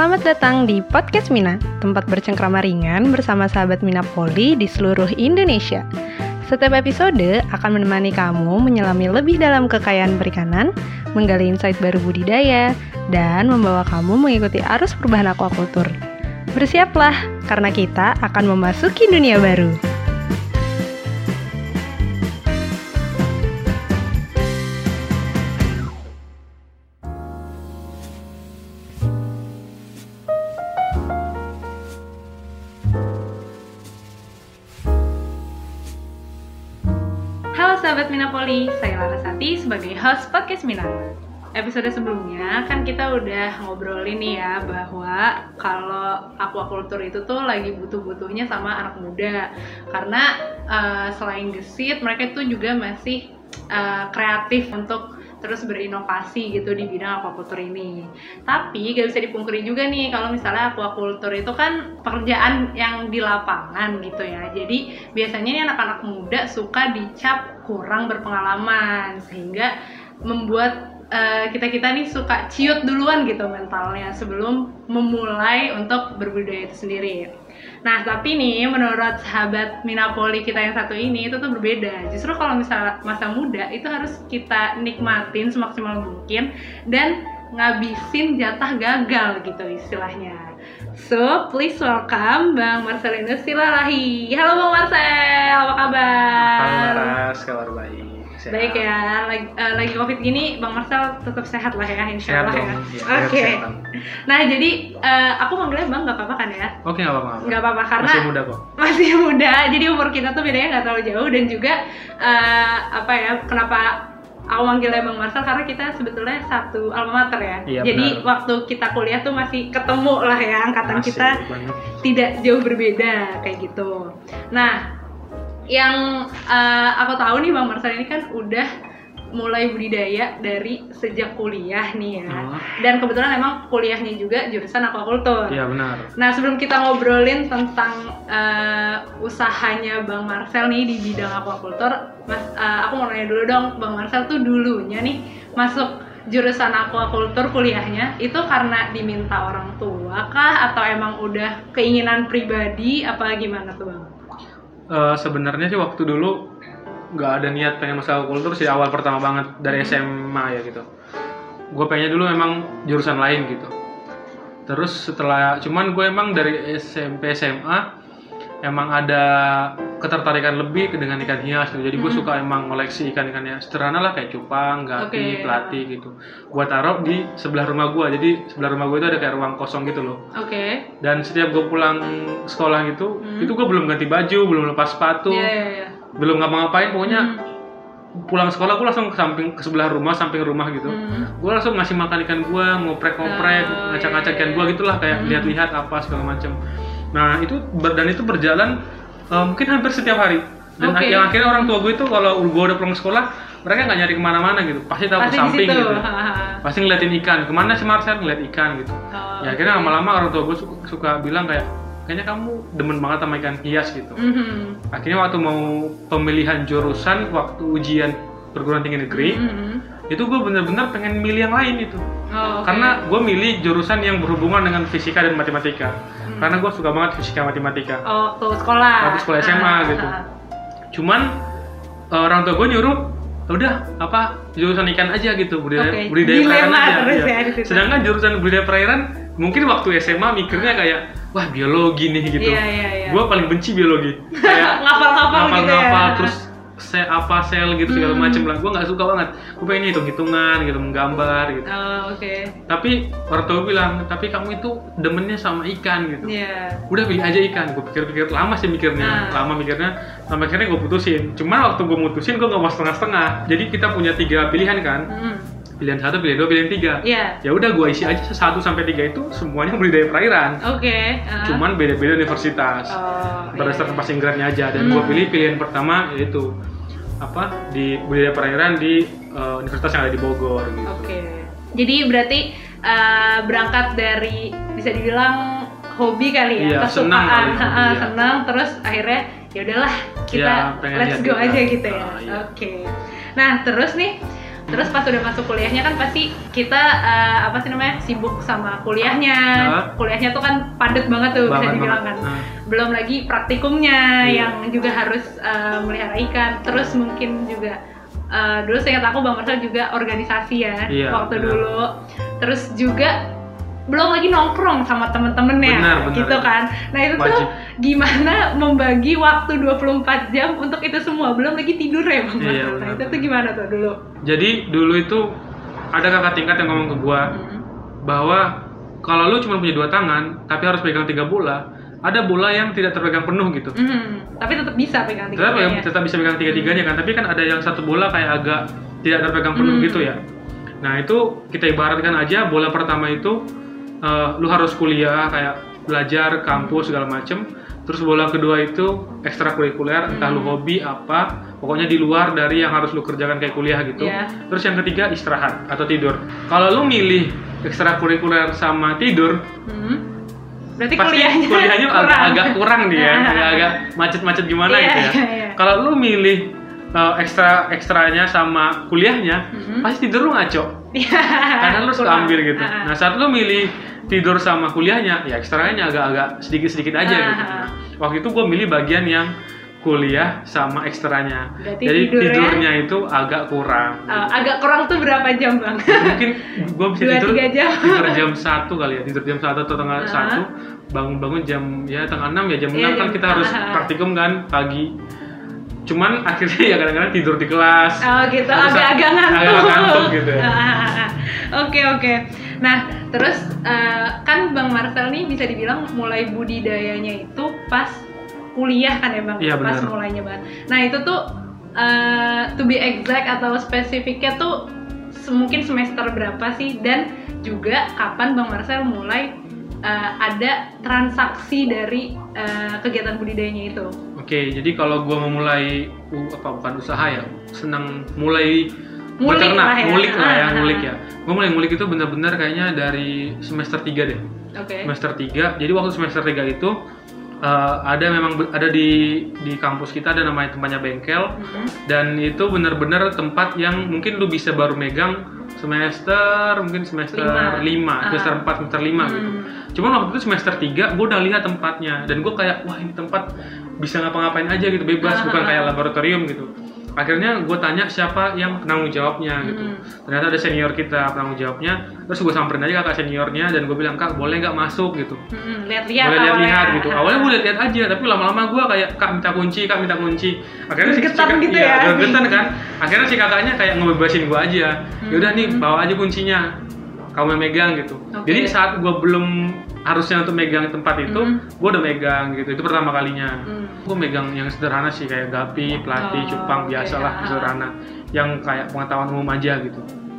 Selamat datang di Podcast Mina, tempat bercengkrama ringan bersama sahabat Mina Poli di seluruh Indonesia. Setiap episode akan menemani kamu menyelami lebih dalam kekayaan perikanan, menggali insight baru budidaya, dan membawa kamu mengikuti arus perubahan aquaculture. Bersiaplah, karena kita akan memasuki dunia baru. Halo sahabat Mina Poli, saya Larasati sebagai host Podcast Mina. Episode sebelumnya kan kita udah ngobrolin nih ya bahwa kalau aquaculture itu tuh lagi butuh-butuhnya sama anak muda. Karena selain gesit, mereka itu juga masih kreatif untuk terus berinovasi gitu di bidang aquaculture ini. Tapi gak bisa dipungkiri juga nih kalau misalnya aquaculture itu kan pekerjaan yang di lapangan gitu ya. Jadi biasanya nih anak-anak muda suka dicap kurang berpengalaman sehingga membuat kita nih suka ciut duluan gitu mentalnya sebelum memulai untuk berbudidaya itu sendiri. Nah, tapi nih menurut sahabat Mina Poli kita yang satu ini itu tuh berbeda. Justru kalau misalnya masa muda itu harus kita nikmatin semaksimal mungkin dan ngabisin jatah gagal gitu istilahnya. So, please welcome Bang Marcelino Silalahi. Halo Bang Marcel, apa kabar? Halo Laras, kabar baik. Sehat. Baik ya, lagi COVID gini Bang Marcel tetap sehat lah ya, insya Allah ya. Oke. Nah jadi aku manggilnya Bang nggak apa-apa kan ya? Oke, nggak apa-apa. Nggak apa-apa karena masih muda kok. Masih muda, jadi umur kita tuh bedanya nggak terlalu jauh dan juga kenapa aku manggilnya Bang Marcel karena kita sebetulnya satu alma mater ya. Iya, jadi benar. waktu kita kuliah tuh masih ketemu lah ya, angkatan Masih, kita banget. tidak jauh berbeda kayak gitu. Nah, yang aku tahu nih Bang Marcel ini kan udah mulai budidaya dari sejak kuliah nih ya. Dan kebetulan emang kuliahnya juga jurusan aquaculture. Iya benar. Nah, sebelum kita ngobrolin tentang usahanya Bang Marcel nih di bidang aquaculture, aku mau nanya dulu dong, Bang Marcel tuh dulunya nih masuk jurusan aquaculture kuliahnya itu karena diminta orang tua kah atau emang udah keinginan pribadi apa gimana tuh Bang? Sebenarnya sih waktu dulu nggak ada niat pengen masuk aquaculture sih, awal pertama banget dari SMA ya gitu. Gue pengennya dulu emang jurusan lain gitu. Terus cuman gue emang dari SMP SMA emang ada ketertarikan lebih dengan ikan hias gitu. Jadi gue suka emang ngoleksi ikan-ikannya sederhana lah kayak cupang, gapi, pelati gitu. Gue taruh di sebelah rumah gue. Jadi sebelah rumah gue itu ada kayak ruang kosong gitu loh. Oke. Dan setiap gue pulang sekolah gitu, itu gue belum ganti baju, belum lepas sepatu, belum ngapa-ngapain. Pokoknya pulang sekolah gue langsung ke sebelah rumah, samping rumah gitu. Gue langsung ngasih makan ikan gue, ngoprek-ngoprek, ngacak-ngacak ikan gue gitulah, kayak lihat-lihat apa segala macam. Nah itu berjalan mungkin hampir setiap hari. Dan yang akhirnya orang tua gue itu kalau gue udah pulang sekolah, mereka nggak nyari kemana-mana gitu, pasti tahu ke samping gitu. Pasti ngeliatin ikan, kemana sih Marcel ngeliat ikan gitu. Ya akhirnya lama-lama orang tua gue suka bilang kayaknya kamu demen banget sama ikan hias gitu. Akhirnya waktu mau pemilihan jurusan, waktu ujian perguruan tinggi negeri, itu gue bener-bener pengen milih yang lain itu. Karena gue milih jurusan yang berhubungan dengan fisika dan matematika. Karena gue suka banget fisika matematika. Waktu sekolah SMA gitu. Cuman orang tua gue nyuruh udah jurusan ikan aja gitu, budidaya perairan aja. Ya. Sedangkan jurusan budidaya perairan mungkin waktu SMA mikirnya kayak wah biologi nih gitu. Gue paling benci biologi. Kayak ngapal-ngapal terus sel gitu segala macem lah. Gue nggak suka banget. Gue pengen hitung-hitungan gitu, menggambar gitu. Tapi orang tua bilang, tapi kamu itu demennya sama ikan gitu. Udah pilih aja ikan. Gue pikir-pikir lama sih mikirnya, sampai akhirnya gue putusin. Cuma waktu gue mutusin gue nggak mau setengah-setengah. Jadi kita punya 3 pilihan kan. Pilihan 1, pilihan 2, pilihan 3. Ya udah gue isi aja 1 sampai 3 itu semuanya budidaya perairan. Cuman beda-beda universitas. Berdasarkan passing grade-nya aja. Dan gue pilih pilihan pertama yaitu di budidaya perairan di universitas yang ada di Bogor gitu. Jadi berarti berangkat dari bisa dibilang hobi kali ya, kesukaan, senang terus akhirnya ya udahlah kita let's go aja gitu ya. Nah terus nih Terus pas udah masuk kuliahnya kan pasti kita sibuk sama kuliahnya. Kuliahnya tuh kan padat banget tuh bisa dibilang kan. Belum lagi praktikumnya yang juga harus melihara ikan. Terus mungkin juga dulu seingat aku Bang Marcel juga organisasi ya waktu dulu. Terus juga belum lagi nongkrong sama temen-temennya gitu kan. Nah itu tuh gimana membagi waktu 24 jam untuk itu semua, belum lagi tidur ya Bang Marcel. Nah itu tuh gimana tuh dulu? Jadi dulu itu ada kakak tingkat yang ngomong ke gua bahwa kalau lu cuma punya 2 tangan tapi harus pegang 3 bola, ada bola yang tidak terpegang penuh gitu. Tapi tetap bisa pegang 3 tiganya. Tetap bisa pegang 3-tiganya kan, tapi kan ada yang satu bola kayak agak tidak terpegang penuh gitu ya. Nah itu kita ibaratkan aja bola pertama itu lu harus kuliah kayak belajar kampus segala macem. Terus bola kedua itu ekstrakurikuler, entah lu hobi apa, pokoknya di luar dari yang harus lu kerjakan kayak kuliah gitu. Terus yang ketiga istirahat atau tidur. Kalau lu milih ekstrakurikuler sama tidur, berarti pasti kuliahnya agak kurang dia, agak macet-macet gimana gitu ya. Kalau lu milih ekstranya sama kuliahnya, pasti tidur lu ngaco. Karena lu suka ambil gitu. Nah saat lu milih tidur sama kuliahnya, ya ekstranya agak-agak sedikit-sedikit aja gitu. Nah, waktu itu gue milih bagian yang kuliah sama ekstranya. Berarti jadi tidurnya itu agak kurang. Agak kurang tuh berapa jam Bang? Mungkin gue bisa tidur jam 1 kali ya, tidur jam 1 atau tengah 1, bangun-bangun jam tengah 6 ya, jam 6 kan kita harus praktikum kan pagi. Cuman akhirnya ya kadang-kadang tidur di kelas. Oh gitu, agak-agak ngantuk gitu ya. Oke. Nah, terus kan Bang Marcel nih bisa dibilang mulai budidayanya itu pas kuliah kan ya Bang? Iya, pas benar. mulainya Bang. Nah itu tuh to be exact atau spesifiknya tuh mungkin semester berapa sih? Dan juga kapan Bang Marcel mulai ada transaksi dari kegiatan budidayanya itu? Oke, jadi kalau gue memulai bukan usaha ya, senang mulai beternak, ngulik ya. Gue mulai ngulik itu benar-benar kayaknya dari semester 3 deh. Semester 3. Jadi waktu semester 3 itu ada di kampus kita ada namanya tempatnya bengkel. Dan itu benar-benar tempat yang mungkin lu bisa baru megang semester 5, semester 4, semester 5 gitu. Cuman waktu itu semester 3 gue udah lihat tempatnya dan gue kayak wah ini tempat bisa ngapa-ngapain aja gitu, bebas, bukan kayak laboratorium gitu. Akhirnya gue tanya siapa yang penanggung jawabnya gitu. Ternyata ada senior kita penanggung jawabnya. Terus gue samperin aja kakak seniornya dan gue bilang, "Kak, boleh nggak masuk gitu?" Lihat-lihat gitu. Awalnya gue lihat-lihat aja, tapi lama-lama gue kayak, "Kak, minta kunci." Akhirnya getan kan. Akhirnya si kakaknya kayak ngebebasin gue aja. Yaudah nih, bawa aja kuncinya. Kamu yang megang gitu. Jadi saat gue belum harusnya untuk megang tempat itu, gue udah megang gitu. Itu pertama kalinya. Gue megang yang sederhana sih kayak gapi, pelati, cupang, biasalah sederhana. Yang kayak pengetahuan umum aja gitu.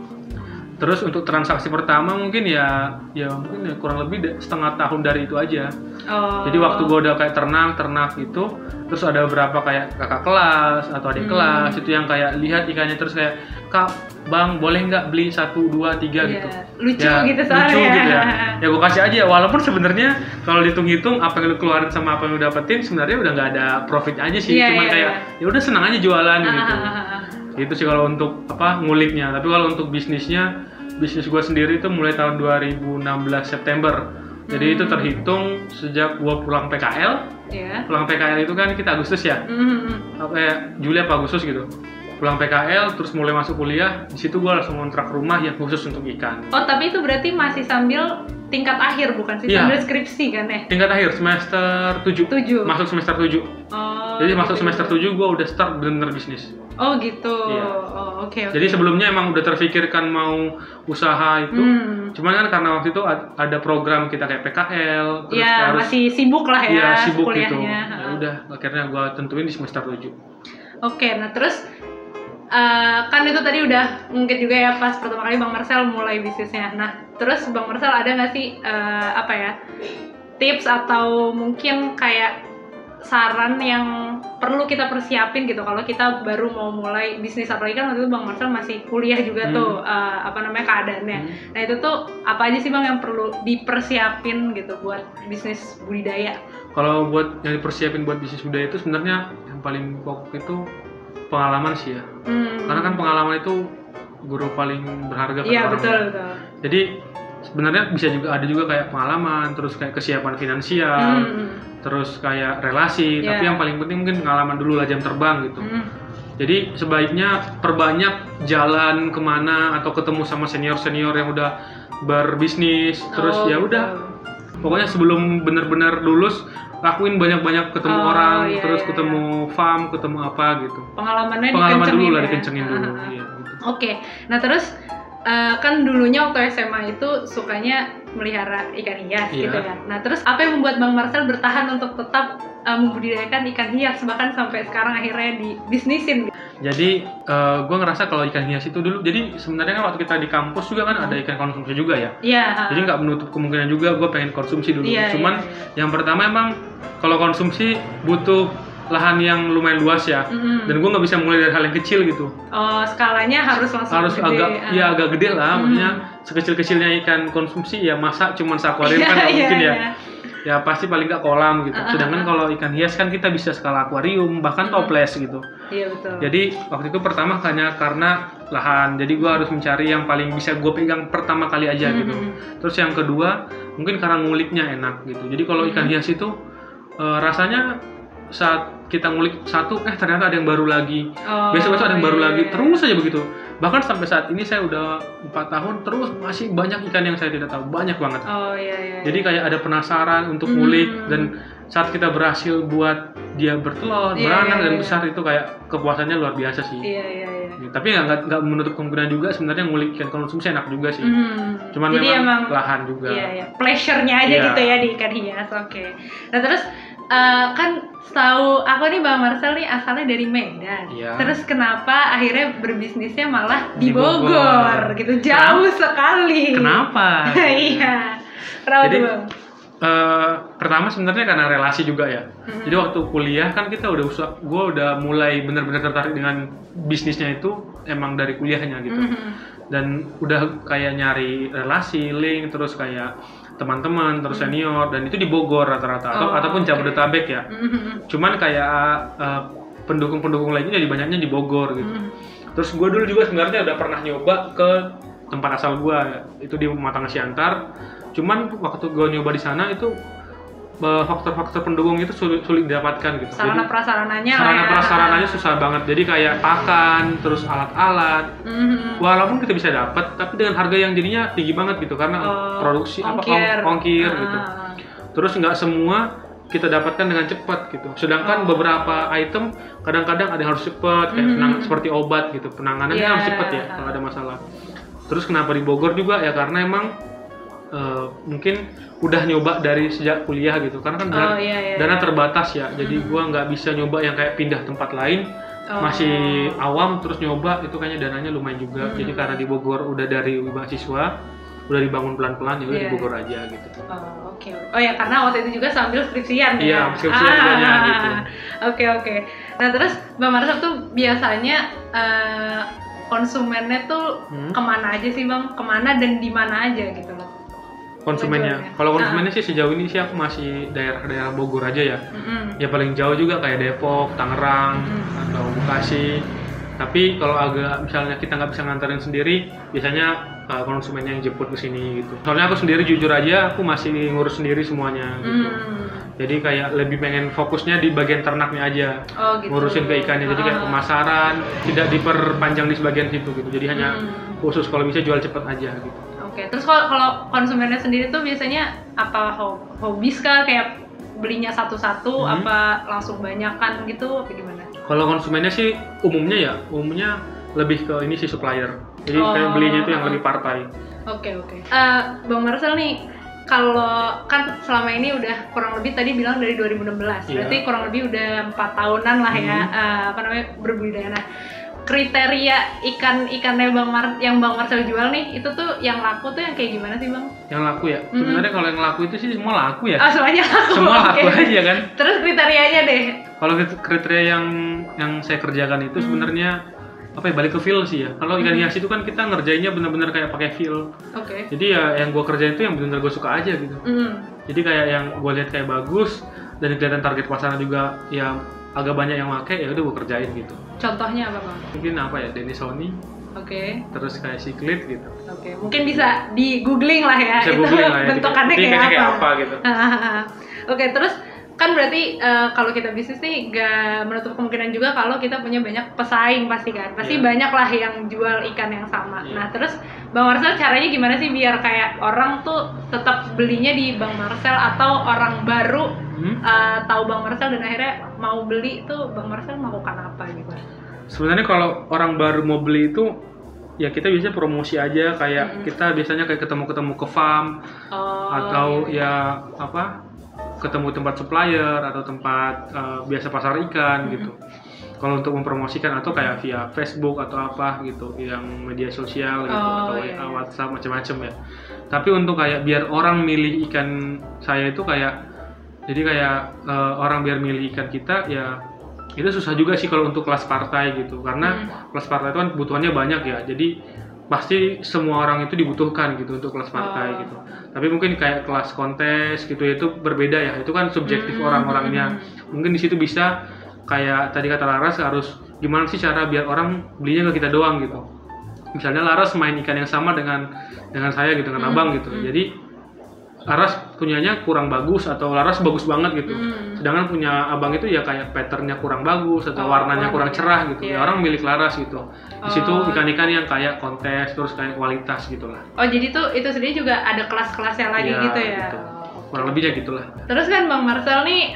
Terus untuk transaksi pertama mungkin ya kurang lebih setengah tahun dari itu aja. Jadi waktu gue udah kayak ternak gitu, terus ada beberapa kayak kakak kelas atau adik kelas itu yang kayak lihat ikannya terus kayak, "Kak, Bang, boleh nggak beli 1, 2, 3 gitu?" Lucu gitu soalnya. Lucu gitu ya. Ya gue kasih aja, walaupun sebenarnya kalau dihitung-hitung apa yang lu keluarin sama apa yang lu dapetin sebenarnya udah nggak ada profit aja sih. Cuman kayak ya udah senang aja jualan gitu. Itu sih kalau untuk nguliknya. Tapi kalau untuk bisnis gue sendiri itu mulai tahun 2016 September. Jadi itu terhitung sejak gue pulang PKL. Pulang PKL itu kan kita Agustus ya. Kayak Juli apa Agustus gitu. Pulang PKL terus mulai masuk kuliah, di situ gue langsung kontrak rumah yang khusus untuk ikan. Oh, tapi itu berarti masih sambil tingkat akhir bukan sih? Sambil skripsi kan ya? Tingkat akhir semester 7. Masuk semester 7. Jadi masuk semester 7 gue udah start bener-bener bisnis. Oh gitu. Oke. Jadi sebelumnya emang udah terfikirkan mau usaha itu. Cuman kan karena waktu itu ada program kita kayak PKL, terus harus masih sibuk lah ya. Iya, sibuk kuliahnya. Gitu. Ya udah, akhirnya gue tentuin di semester 7. Oke, nah terus kan itu tadi udah mungkin juga ya pas pertama kali Bang Marcel mulai bisnisnya. Nah, terus Bang Marcel ada nggak sih tips atau mungkin kayak saran yang perlu kita persiapin gitu kalau kita baru mau mulai bisnis, apalagi kan waktu itu Bang Marcel masih kuliah juga tuh keadaannya. Nah itu tuh apa aja sih Bang yang perlu dipersiapin gitu buat bisnis budidaya? Kalau buat yang dipersiapin buat bisnis budidaya itu sebenarnya yang paling pokok itu pengalaman sih ya. Karena kan pengalaman itu guru paling berharga kan. Iya, betul. Jadi sebenarnya bisa juga ada juga kayak pengalaman, terus kayak kesiapan finansial, terus kayak relasi, tapi yang paling penting mungkin pengalaman dulu lah, jam terbang gitu. Jadi sebaiknya perbanyak jalan kemana atau ketemu sama senior-senior yang udah berbisnis, terus ya udah. Pokoknya sebelum benar-benar lulus lakuin banyak-banyak ketemu orang, terus ketemu farm, ketemu apa gitu. Pengalaman dulu lah, dikencengin dulu. Iya, gitu. Oke. Nah, terus kan dulunya waktu SMA itu sukanya melihara ikan hias gitu ya. Nah, terus apa yang membuat Bang Marcel bertahan untuk tetap membudidayakan ikan hias bahkan sampai sekarang akhirnya dibisnisin? Jadi gue ngerasa kalau ikan hias itu dulu, jadi sebenarnya kan waktu kita di kampus juga kan ada ikan konsumsi juga ya. Iya. Jadi nggak menutup kemungkinan juga gue pengen konsumsi dulu. Cuman yang pertama emang kalau konsumsi butuh lahan yang lumayan luas ya, dan gue nggak bisa mulai dari hal yang kecil gitu. Oh, skalanya harus langsung gede. Agak gede lah, maksudnya sekecil-kecilnya ikan konsumsi ya masa cuman akuarium kan nggak mungkin ya. Ya pasti paling nggak kolam gitu. Sedangkan kalau ikan hias kan kita bisa skala akuarium, bahkan toples gitu. Iya, betul. Jadi waktu itu pertama hanya karena lahan, jadi gue harus mencari yang paling bisa gue pegang pertama kali aja gitu. Terus yang kedua mungkin karena nguliknya enak gitu. Jadi kalau ikan hias itu rasanya saat kita ngulik satu, ternyata ada yang baru lagi. Besok-besok ada yang baru lagi, terus aja begitu. Bahkan sampai saat ini saya udah 4 tahun, terus masih banyak ikan yang saya tidak tahu, banyak banget. Jadi kayak ada penasaran untuk ngulik, dan saat kita berhasil buat dia bertelur, beranak dan besar, itu kayak kepuasannya luar biasa sih. Tapi nggak menutup kemungkinan juga sebenarnya ngulik ikan konsumsi enak juga sih. Cuman jadi memang lahan juga. Pleasure-nya aja gitu ya di ikan hias. Oke. Nah, terus kan setahu aku nih Bang Marcel nih asalnya dari Medan. Terus kenapa akhirnya berbisnisnya malah di Bogor gitu, jauh sekali. Kenapa? Iya. Jadi pertama sebenarnya karena relasi juga ya. Jadi waktu kuliah kan kita gue udah mulai benar-benar tertarik dengan bisnisnya itu emang dari kuliahnya gitu. Dan udah kayak nyari relasi, link, terus kayak teman-teman, terus senior, dan itu di Bogor rata-rata ataupun Jabodetabek ya. Cuman kayak pendukung-pendukung lainnya jadi banyaknya di Bogor gitu. Terus gue dulu juga sebenarnya udah pernah nyoba ke tempat asal gue, itu di Matang Siantar. Cuman waktu gue nyoba di sana itu faktor-faktor pendukung itu sulit didapatkan gitu. Sarana prasarananya susah banget. Jadi kayak pakan, terus alat-alat. Walaupun kita bisa dapat, tapi dengan harga yang jadinya tinggi banget gitu karena produksi ongkir gitu. Terus nggak semua kita dapatkan dengan cepat gitu. Sedangkan beberapa item kadang-kadang ada yang harus cepat, kayak seperti obat gitu. Penanganannya harus cepat ya kalau ada masalah. Terus kenapa di Bogor juga ya karena emang mungkin udah nyoba dari sejak kuliah gitu, karena kan dana terbatas ya, jadi gua nggak bisa nyoba yang kayak pindah tempat lain, masih awam terus nyoba itu kayaknya dananya lumayan juga. Jadi karena di Bogor udah dari mahasiswa, udah dibangun pelan-pelan ya udah di Bogor aja gitu. Oh ya, karena waktu itu juga sambil skripsian ya. Iya, skripsian gitu. Oke. Nah, terus Bang Marcel tuh biasanya konsumennya tuh kemana aja sih Bang? Kemana dan di mana aja gitu loh? Konsumennya. Kalau konsumennya sih sejauh ini sih aku masih daerah-daerah Bogor aja ya. Ya paling jauh juga kayak Depok, Tangerang, atau Bekasi. Tapi kalau agak misalnya kita nggak bisa nganterin sendiri, biasanya konsumennya yang jemput ke sini gitu. Soalnya aku sendiri jujur aja aku masih ngurus sendiri semuanya gitu. Jadi kayak lebih pengen fokusnya di bagian ternaknya aja. Gitu. Ngurusin ke ikannya. Jadi kayak pemasaran tidak diperpanjang di sebagian situ gitu. Jadi hanya khusus kalau bisa jual cepat aja gitu. Oke, terus kalau konsumennya sendiri tuh biasanya apa hobis kah, kayak belinya satu-satu, apa langsung banyakan gitu, apa gimana? Kalau konsumennya sih umumnya lebih ke ini sih supplier. Jadi kayak belinya itu yang lebih partai. Oke. Bang Marcel nih, kalau kan selama ini udah kurang lebih tadi bilang dari 2016, berarti kurang lebih udah 4 tahunan lah ya, berbudidaya. Nah, kriteria ikan-ikannya yang Bang Marcel jual nih, itu tuh yang laku tuh yang kayak gimana sih Bang? Yang laku ya? Sebenarnya kalau yang laku itu sih semua laku ya. Semuanya laku? Semua laku aja kan? Terus kriterianya deh? Kalau kriteria yang saya kerjakan itu sebenarnya balik ke feel sih ya. Kalau ikan hias itu kan kita ngerjainnya benar-benar kayak pakai feel. Jadi ya yang gue kerjain itu yang benar-benar gue suka aja gitu. Jadi kayak yang gue lihat kayak bagus, dan kelihatan target pasaran juga ya agak banyak yang pakai, ya udah gue kerjain gitu. Contohnya apa Bang? Mungkin Denisoni. Terus kayak siklit gitu. Mungkin bisa di googling lah ya, bisa itu lah ya, bentukannya kayak apa gitu. Terus kan berarti kalau kita bisnis nih gak menutup kemungkinan juga kalau kita punya banyak pesaing pasti banyak lah yang jual ikan yang sama. Nah terus Bang Marcel caranya gimana sih biar kayak orang tuh tetap belinya di Bang Marcel, atau orang baru tahu Bang Marcel dan akhirnya mau beli tuh Bang Marcel melakukan apa gitu? Sebenarnya kalau orang baru mau beli itu ya kita biasanya promosi aja, kayak kita biasanya kayak ketemu ke farm atau ya apa, ketemu tempat supplier atau tempat biasa pasar ikan gitu. Kalau untuk mempromosikan atau kayak via Facebook atau apa gitu, yang media sosial gitu atau WhatsApp macam-macam ya. Tapi untuk kayak biar orang milih ikan saya itu kayak, jadi kayak orang biar milih ikan kita ya itu susah juga sih kalau untuk kelas partai gitu, karena kelas partai itu kan kebutuhannya banyak ya. Jadi pasti semua orang itu dibutuhkan gitu untuk kelas partai gitu. Tapi mungkin kayak kelas kontes gitu itu berbeda ya. Itu kan subjektif orang-orangnya. Mungkin di situ bisa kayak tadi kata Laras, harus gimana sih cara biar orang belinya ke kita doang gitu. Misalnya Laras main ikan yang sama dengan saya gitu, dengan Abang gitu. Jadi Laras punyanya kurang bagus atau Laras bagus banget gitu. Sedangkan punya Abang itu ya kayak patternnya kurang bagus atau warnanya kurang cerah gitu. Ya orang milik Laras gitu. Di situ ikan-ikan yang kayak kontes terus kayak kualitas gitulah. Jadi tuh itu sendiri juga ada kelas-kelasnya lagi gitu ya. Gitu. Kurang lebihnya gitulah. Terus kan Bang Marcel nih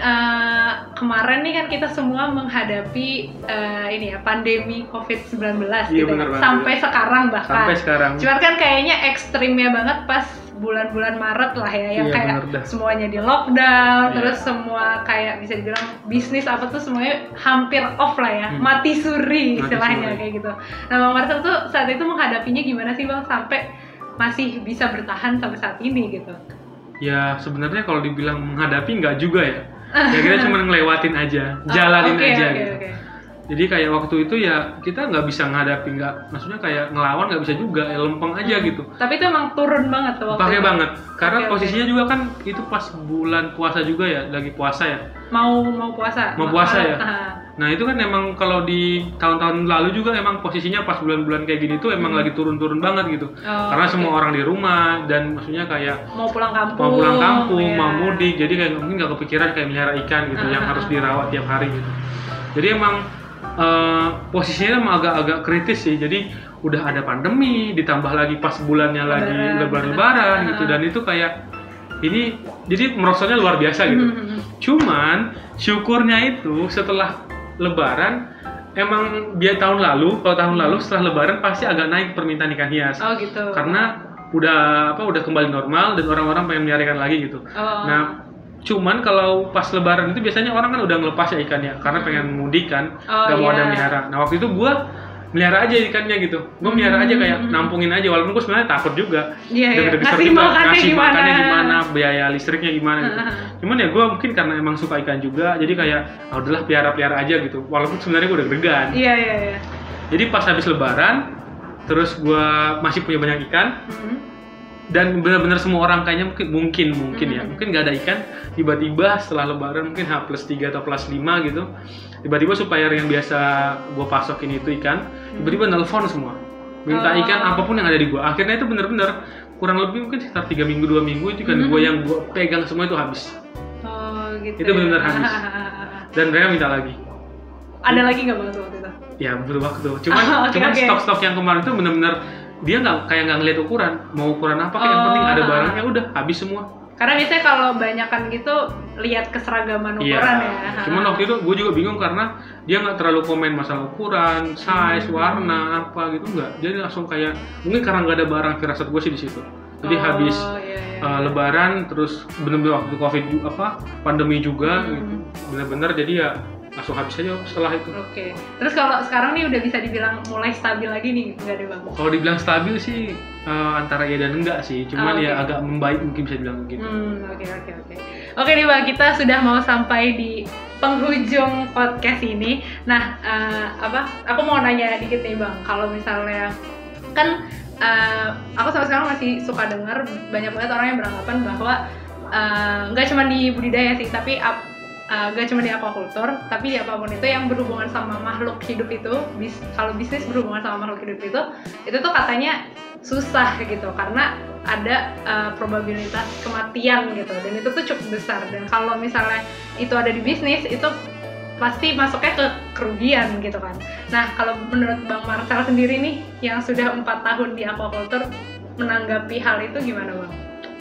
kemarin nih kan kita semua menghadapi ini ya, pandemi COVID-19 gitu. Sampai sekarang bahkan. Sampai sekarang. Cuman kan kayaknya ekstrimnya banget pas bulan-bulan Maret lah ya, yang kayak semuanya di lockdown, terus semua kayak bisa dibilang bisnis apa tuh semuanya hampir off lah ya, mati suri istilahnya kayak gitu. Nah Bang Marcel tuh saat itu menghadapinya gimana sih Bang sampai masih bisa bertahan sampai saat ini gitu? Ya sebenarnya kalau dibilang menghadapi nggak juga ya, ya kita cuma ngelewatin aja, jalanin aja gitu. Jadi kayak waktu itu ya kita nggak bisa menghadapi, maksudnya kayak ngelawan nggak bisa juga, ya lempeng aja gitu. Tapi itu emang turun banget tuh waktu pakai banget, karena posisinya juga kan itu pas bulan puasa juga ya, lagi puasa ya. Mau puasa ya. Nah itu kan emang kalau di tahun-tahun lalu juga emang posisinya pas bulan-bulan kayak gini tuh emang lagi turun-turun banget gitu. Karena semua orang di rumah dan maksudnya kayak mau pulang kampung, mau mudik, jadi kayak mungkin nggak kepikiran kayak melihara ikan gitu yang harus dirawat tiap hari gitu. Jadi emang posisinya emang agak-agak kritis sih. Jadi udah ada pandemi, ditambah lagi pas bulannya lagi lebaran gitu, dan itu kayak ini jadi merosotnya luar biasa gitu. Cuman syukurnya itu setelah lebaran emang tahun lalu setelah lebaran pasti agak naik permintaan ikan hias. Gitu. Karena udah kembali normal dan orang-orang pengen melihara ikan lagi gitu. Nah, cuman kalau pas lebaran itu biasanya orang kan udah ngelepas ya ikannya karena pengen mudik kan, nggak mau ada melihara. Nah waktu itu gue melihara aja ikannya gitu, gue melihara aja kayak nampungin aja, walaupun gue sebenarnya takut juga. Ngasih makannya gimana, biaya listriknya gimana gitu. Cuman ya gue mungkin karena emang suka ikan juga, jadi kayak udahlah pelihara aja gitu, walaupun sebenarnya gue udah gregan. Jadi pas habis lebaran, terus gue masih punya banyak ikan. Dan benar-benar semua orang kayaknya mungkin ya, mungkin nggak ada ikan, tiba-tiba setelah lebaran mungkin H+3 atau +5 gitu, tiba-tiba supplier yang biasa gue pasokin itu ikan, tiba-tiba nelfon semua, minta ikan apapun yang ada di gue. Akhirnya itu benar-benar kurang lebih mungkin sekitar 3 minggu 2 minggu itu ikan gue yang gue pegang semua itu habis. Gitu. Itu benar-benar habis. Dan mereka minta lagi. Ada lagi nggak Bang waktu itu? Ya butuh waktu. Cuman stok-stok yang kemarin itu benar-benar dia nggak ngeliat ukuran, mau ukuran apa kan, yang penting ada barangnya, udah habis semua. Karena biasanya kalau banyakan gitu lihat keseragaman ukuran ya. Cuman waktu itu gue juga bingung karena dia nggak terlalu komen masalah ukuran, size, warna apa gitu, nggak. Jadi langsung kayak mungkin karena nggak ada barang, firasat gue sih di situ. Jadi habis lebaran terus bener-bener waktu covid pandemi juga gitu, bener-bener jadi ya langsung habis aja setelah itu. Terus kalau sekarang nih udah bisa dibilang mulai stabil lagi nih, nggak ada Bang? Kalau dibilang stabil sih antara iya dan enggak sih, cuman ya agak membaik mungkin bisa dibilang gitu. Oke nih Bang, kita sudah mau sampai di penghujung podcast ini. Nah, aku mau nanya dikit nih Bang, kalau misalnya kan aku sampai sekarang masih suka dengar banyak banget orang yang beranggapan bahwa nggak cuma di budidaya sih, tapi gak cuma di aquaculture, tapi di apapun itu yang berhubungan sama makhluk hidup itu, kalau bisnis berhubungan sama makhluk hidup itu tuh katanya susah gitu, karena ada probabilitas kematian gitu, dan itu tuh cukup besar. Dan kalau misalnya itu ada di bisnis, itu pasti masuknya ke kerugian gitu kan. Nah, kalau menurut Bang Marcel sendiri nih, yang sudah 4 tahun di aquaculture, menanggapi hal itu gimana Bang?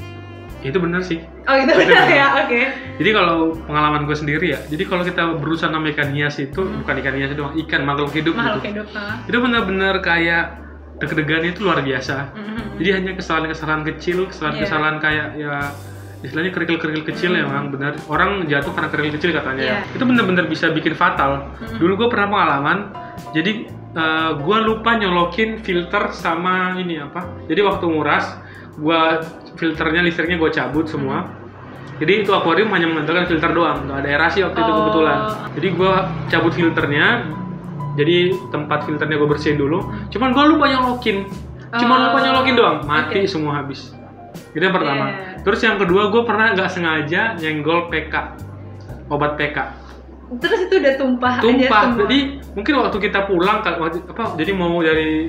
Itu bener sih. Oh itu bener ya, oke. Jadi kalau pengalaman gue sendiri ya, jadi kalau kita berusaha sama ikan hias itu, bukan ikan hias doang, ikan makhluk hidup gitu. Itu benar-benar kayak deg-degan itu luar biasa. Jadi hanya kesalahan-kesalahan kecil, kesalahan-kesalahan kayak ya istilahnya kerikil-kerikil kecil ya, memang benar. Orang jatuh karena kerikil kecil katanya. Itu benar-benar bisa bikin fatal. Dulu gue pernah pengalaman, jadi gue lupa nyolokin filter sama ini apa. Jadi waktu nguras, gue filternya, listriknya gue cabut semua. Jadi itu akuarium hanya mengandalkan filter doang, nggak ada aerasi waktu itu kebetulan. Jadi gue cabut filternya, jadi tempat filternya gue bersihin dulu. Cuman gue lupa nyolokin, doang, mati semua habis. Itu yang pertama. Terus yang kedua, gue pernah nggak sengaja nyenggol PK, obat PK. Terus itu udah tumpah aja semua. Jadi mungkin waktu kita pulang jadi mau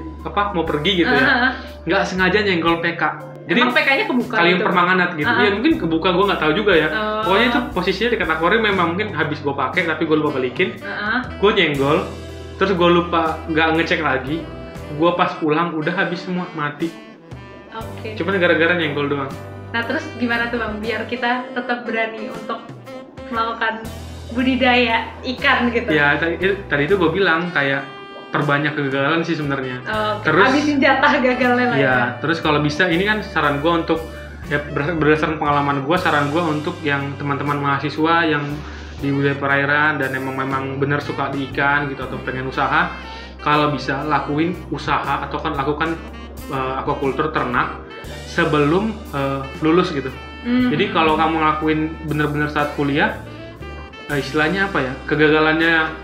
pergi gitu ya, nggak sengaja nyenggol PK. Jadi emang PK-nya kebuka kalium permanganat gitu. Ya mungkin kebuka, gue nggak tahu juga ya. Pokoknya itu posisinya dekat akuarium, memang mungkin habis gue pakai tapi gue lupa balikin. Gue nyenggol, terus gue lupa nggak ngecek lagi. Gue pas pulang udah habis semua, mati. Cuman gara-gara nyenggol doang. Nah terus gimana tuh Bang, biar kita tetap berani untuk melakukan budidaya ikan gitu? Ya tadi itu gue bilang kayak perbanyak kegagalan sih sebenarnya. Terus habisin jatah gagalnya lah ya. Terus kalau bisa, ini kan saran gue untuk ya berdasarkan pengalaman gue, saran gue untuk yang teman-teman mahasiswa yang di budaya perairan dan memang benar suka di ikan gitu atau pengen usaha, kalau bisa lakuin usaha atau kan lakukan aquaculture ternak sebelum lulus gitu. Jadi kalau kamu ngelakuin benar-benar saat kuliah, istilahnya apa ya, kegagalannya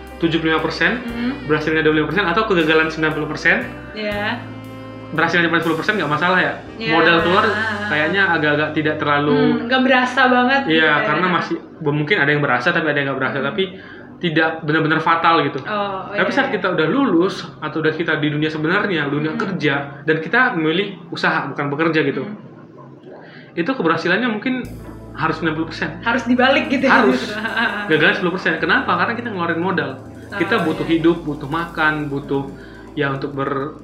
75%, berhasilnya 25%, atau kegagalan 90%, berhasilnya 50% nggak masalah ya. Modal keluar kayaknya agak-agak tidak terlalu nggak berasa banget. Iya, karena masih mungkin ada yang berasa tapi ada yang nggak berasa, tapi tidak benar-benar fatal gitu. Tapi saat kita udah lulus atau udah kita di dunia sebenarnya, dunia kerja, dan kita memilih usaha bukan bekerja gitu, itu keberhasilannya mungkin harus 90%. Harus dibalik gitu. Harus. Gagal 10%. Kenapa? Karena kita ngeluarin modal. Kita butuh hidup, butuh makan, butuh ya untuk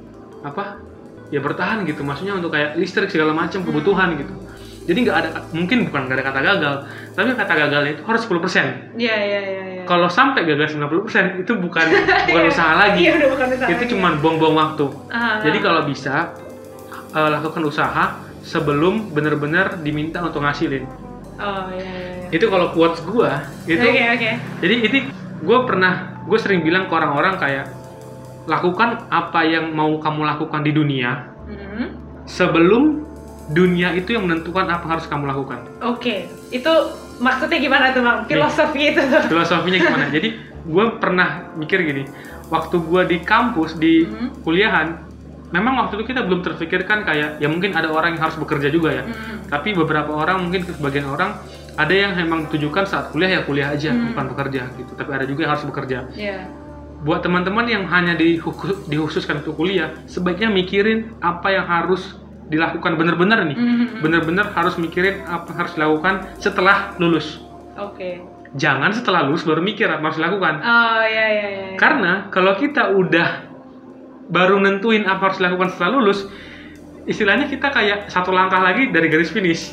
bertahan gitu. Maksudnya untuk kayak listrik segala macam kebutuhan gitu. Jadi mungkin bukan nggak ada kata gagal, tapi kata gagalnya itu harus 10%. Iya. Kalau sampai gagal 90% itu bukan usaha lagi. Iya, udah bukan usaha. Itu cuma buang-buang waktu. Jadi kalau bisa lakukan usaha sebelum benar-benar diminta untuk ngasilin. Iya. Itu kalau quotes gue itu. Oke. Jadi ini gue sering bilang ke orang-orang kayak, lakukan apa yang mau kamu lakukan di dunia sebelum dunia itu yang menentukan apa harus kamu lakukan. Itu maksudnya gimana tuh Bang? Filosofi itu. Filosofinya gimana? Jadi gue pernah mikir gini, waktu gue di kampus di kuliahan, memang waktu itu kita belum terpikirkan kayak ya mungkin ada orang yang harus bekerja juga ya. Tapi beberapa orang, mungkin sebagian orang ada yang memang ditujukan saat kuliah ya kuliah aja, bukan bekerja gitu. Tapi ada juga yang harus bekerja. Buat teman-teman yang hanya dikhususkan untuk kuliah, sebaiknya mikirin apa yang harus dilakukan benar-benar nih. Benar-benar harus mikirin apa yang harus dilakukan setelah lulus. Jangan setelah lulus baru mikir apa harus dilakukan. Iya. Karena kalau kita udah baru nentuin apa harus dilakukan setelah lulus, istilahnya kita kayak satu langkah lagi dari garis finish.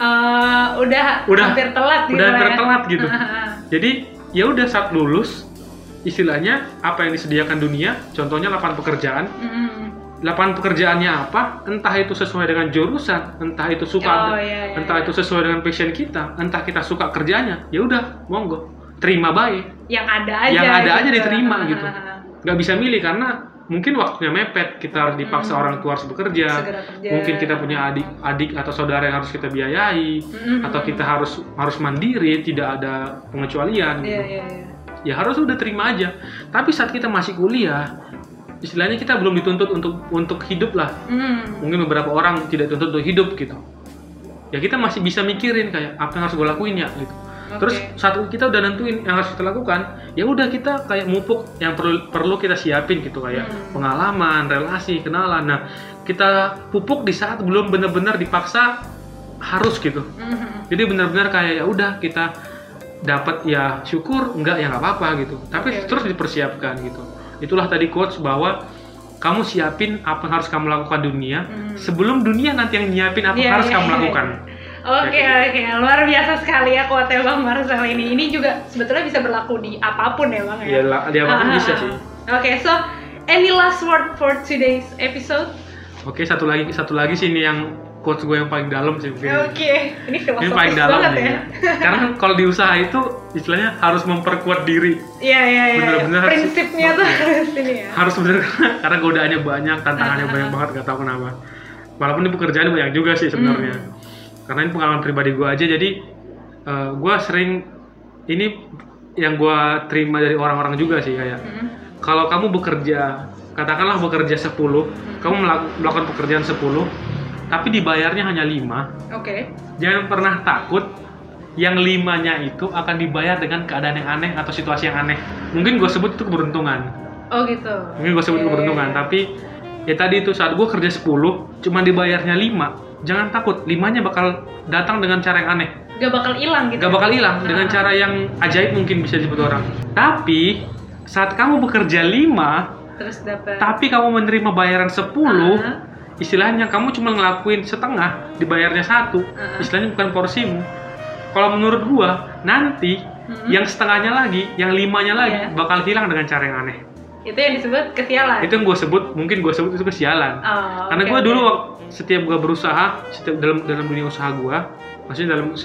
Udah hampir telat gitu. Udah hampir telat gitu. Jadi ya udah saat lulus, istilahnya apa yang disediakan dunia, contohnya lapangan pekerjaan. Lapangan pekerjaannya apa? Entah itu sesuai dengan jurusan, entah itu entah itu sesuai dengan passion kita, entah kita suka kerjanya, ya udah monggo, terima baik. Yang ada aja gitu. Diterima gitu. Nggak bisa milih karena mungkin waktunya mepet, kita harus dipaksa orang tua harus bekerja. Mungkin kita punya adik atau saudara yang harus kita biayai, atau kita harus mandiri, tidak ada pengecualian gitu. Ya harus udah terima aja. Tapi saat kita masih kuliah, istilahnya kita belum dituntut untuk hidup lah. Mungkin beberapa orang tidak dituntut untuk hidup gitu. Ya kita masih bisa mikirin kayak apa yang harus gue lakuin ya gitu. Terus saat kita udah nentuin yang harus kita lakukan, ya udah kita kayak mupuk yang perlu kita siapin gitu, kayak pengalaman, relasi, kenalan. Nah, kita pupuk di saat belum benar-benar dipaksa harus gitu. Jadi benar-benar kayak ya udah kita dapat ya syukur, enggak ya nggak apa-apa gitu. Tapi terus dipersiapkan gitu. Itulah tadi quotes bahwa kamu siapin apa yang harus kamu lakukan dunia sebelum dunia nanti yang nyiapin apa harus kamu lakukan. Oke, luar biasa sekali ya quote Bang Marcel ini. Ini juga sebetulnya bisa berlaku di apapun ya Bang ya? Iya, di apapun bisa sih. Oke, so any last word for today's episode? Oke, satu lagi sih ini yang quotes gue yang paling dalam sih mungkin. Ini filosofis paling dalam banget ya. Karena kalau di usaha itu istilahnya harus memperkuat diri. Iya. Bener-bener prinsipnya tuh harus ini ya. Harus bener karena godaannya banyak, tantangannya banyak banget, gak tahu kenapa. Walaupun di pekerjaan banyak juga sih sebenarnya. Karena ini pengalaman pribadi gue aja, jadi gue sering ini yang gue terima dari orang-orang juga sih kayak kalau kamu bekerja, katakanlah bekerja 10, kamu melakukan pekerjaan 10 tapi dibayarnya hanya 5. Jangan pernah takut yang 5-nya itu akan dibayar dengan keadaan yang aneh atau situasi yang aneh. Mungkin gue sebut itu keberuntungan. Mungkin gue sebut keberuntungan, tapi ya tadi itu saat gue kerja 10 cuma dibayarnya 5, jangan takut, 5-nya bakal datang dengan cara yang aneh. Gak bakal hilang gitu. Gak bakal hilang dengan cara yang ajaib mungkin bisa disebut orang. Tapi saat kamu bekerja 5 terus dapat, tapi kamu menerima bayaran 10, istilahnya kamu cuma ngelakuin setengah, dibayarnya 1, istilahnya bukan porsimu. Kalau menurut gua nanti yang setengahnya lagi, yang 5-nya lagi bakal hilang dengan cara yang aneh. Itu yang disebut kesialan. Itu yang gue sebut, mungkin gue sebut itu kesialan. Karena gue dulu setiap gue berusaha, setiap dalam dunia usaha gue, maksudnya dalam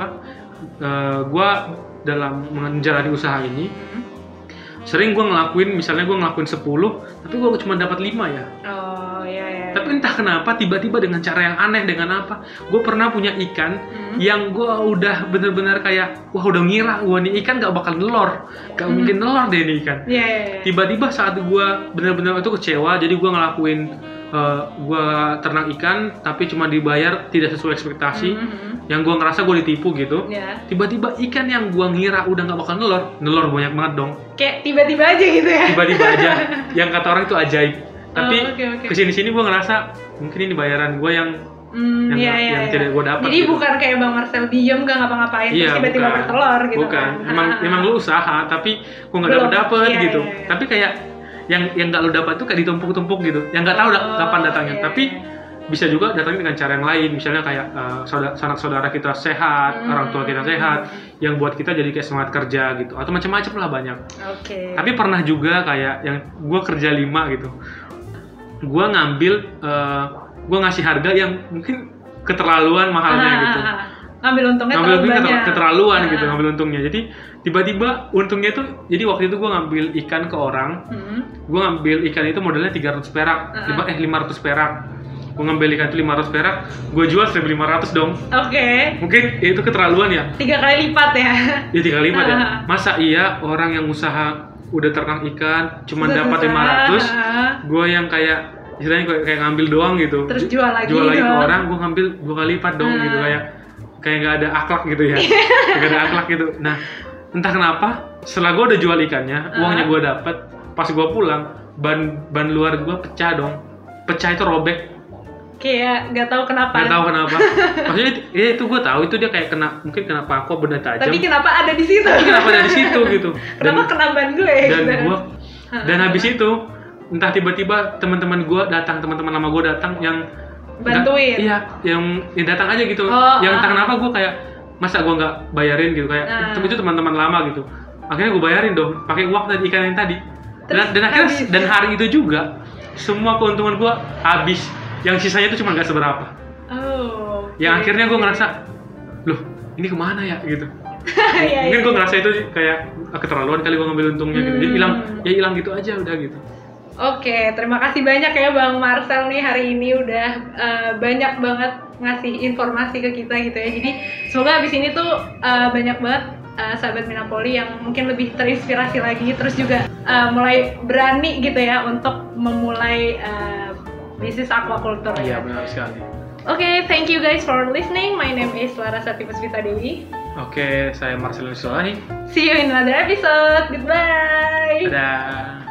gue dalam menjalani usaha ini, sering gue ngelakuin, misalnya gue ngelakuin 10, tapi gue cuma dapat 5 ya. Tapi entah kenapa tiba-tiba dengan cara yang aneh, dengan apa, gue pernah punya ikan yang gue udah bener-bener kayak wah udah ngira gue nih ikan gak bakal nelor, gak mungkin nelor deh nih ikan. Tiba-tiba saat gue bener-bener itu kecewa, jadi gue ngelakuin gue ternak ikan tapi cuma dibayar tidak sesuai ekspektasi, yang gue ngerasa gue ditipu gitu. Tiba-tiba ikan yang gue ngira udah gak bakal nelor banyak banget dong. Kayak tiba-tiba aja gitu ya. Tiba-tiba aja, yang kata orang itu ajaib. Tapi kesini-sini gue ngerasa mungkin ini bayaran gue yang tidak gue dapat. Jadi gitu. Bukan kayak Bang Marcel diem gak ngapa-ngapain terus tiba-tiba bertelur gitu. Bukan, emang lu usaha tapi gue nggak dapet gitu. Tapi kayak yang nggak lu dapat tuh kayak ditumpuk-tumpuk gitu. Yang nggak tahu kapan datangnya. Tapi bisa juga datangnya dengan cara yang lain. Misalnya kayak sanak-saudara kita sehat, orang tua kita sehat, yang buat kita jadi kayak semangat kerja gitu. Atau macam-macam lah banyak. Tapi pernah juga kayak yang gue kerja 5 gitu. Gue ngasih harga yang mungkin keterlaluan mahalnya gitu. Ngambil untungnya keterlaluan gitu, ngambil untungnya. Jadi tiba-tiba untungnya tuh, jadi waktu itu gue ngambil ikan ke orang, gue ngambil ikan itu modalnya 300 perak, 500 perak. Gue ngambil ikan itu 500 perak, gue jual 1.500 dong. Mungkin ya itu keterlaluan ya. 3 kali lipat ya. Ya 3 kali lipat ya. Masa iya orang yang usaha udah ternak ikan cuma dapat 500, gue yang kayak istilahnya kayak ngambil doang gitu, terus jual lagi ke orang, gue ngambil 2 kali lipat dong gitu, kayak nggak ada akhlak gitu ya. Nggak ada akhlak gitu. Nah entah kenapa setelah gue udah jual ikannya, uangnya gue dapet, pas gue pulang ban luar gue pecah itu robek. Kayak nggak tahu kenapa. Maksudnya ya itu gue tahu itu dia kayak mungkin kena paku benda tajam. Tapi kenapa ada di situ gitu. Kenapa kena ban gue? Dan habis itu entah tiba-tiba teman-teman lama gue datang yang bantuin. Yang datang aja gitu. Yang entah kenapa gue kayak masa gue nggak bayarin gitu, kayak itu teman-teman lama gitu. Akhirnya gue bayarin dong pakai uang tadi ikan yang tadi. Dan akhirnya dan hari itu juga semua keuntungan gue habis. Yang sisanya itu cuma nggak seberapa. Yang akhirnya gue ngerasa, loh ini kemana ya gitu. Mungkin gue ngerasa itu kayak keterlaluan kali gue ngambil untungnya gitu. Jadi hilang gitu aja udah gitu. Terima kasih banyak ya Bang Marcel nih hari ini udah banyak banget ngasih informasi ke kita gitu ya. Jadi semoga abis ini tuh banyak banget sahabat Minapoli yang mungkin lebih terinspirasi lagi, terus juga mulai berani gitu ya untuk memulai bisnis aquaculture. Iya benar sekali. Thank you guys for listening. My name is Larasati Puspita Dewi. Oke, saya Marcel Sulahi. See you in another episode. Goodbye. Dadah.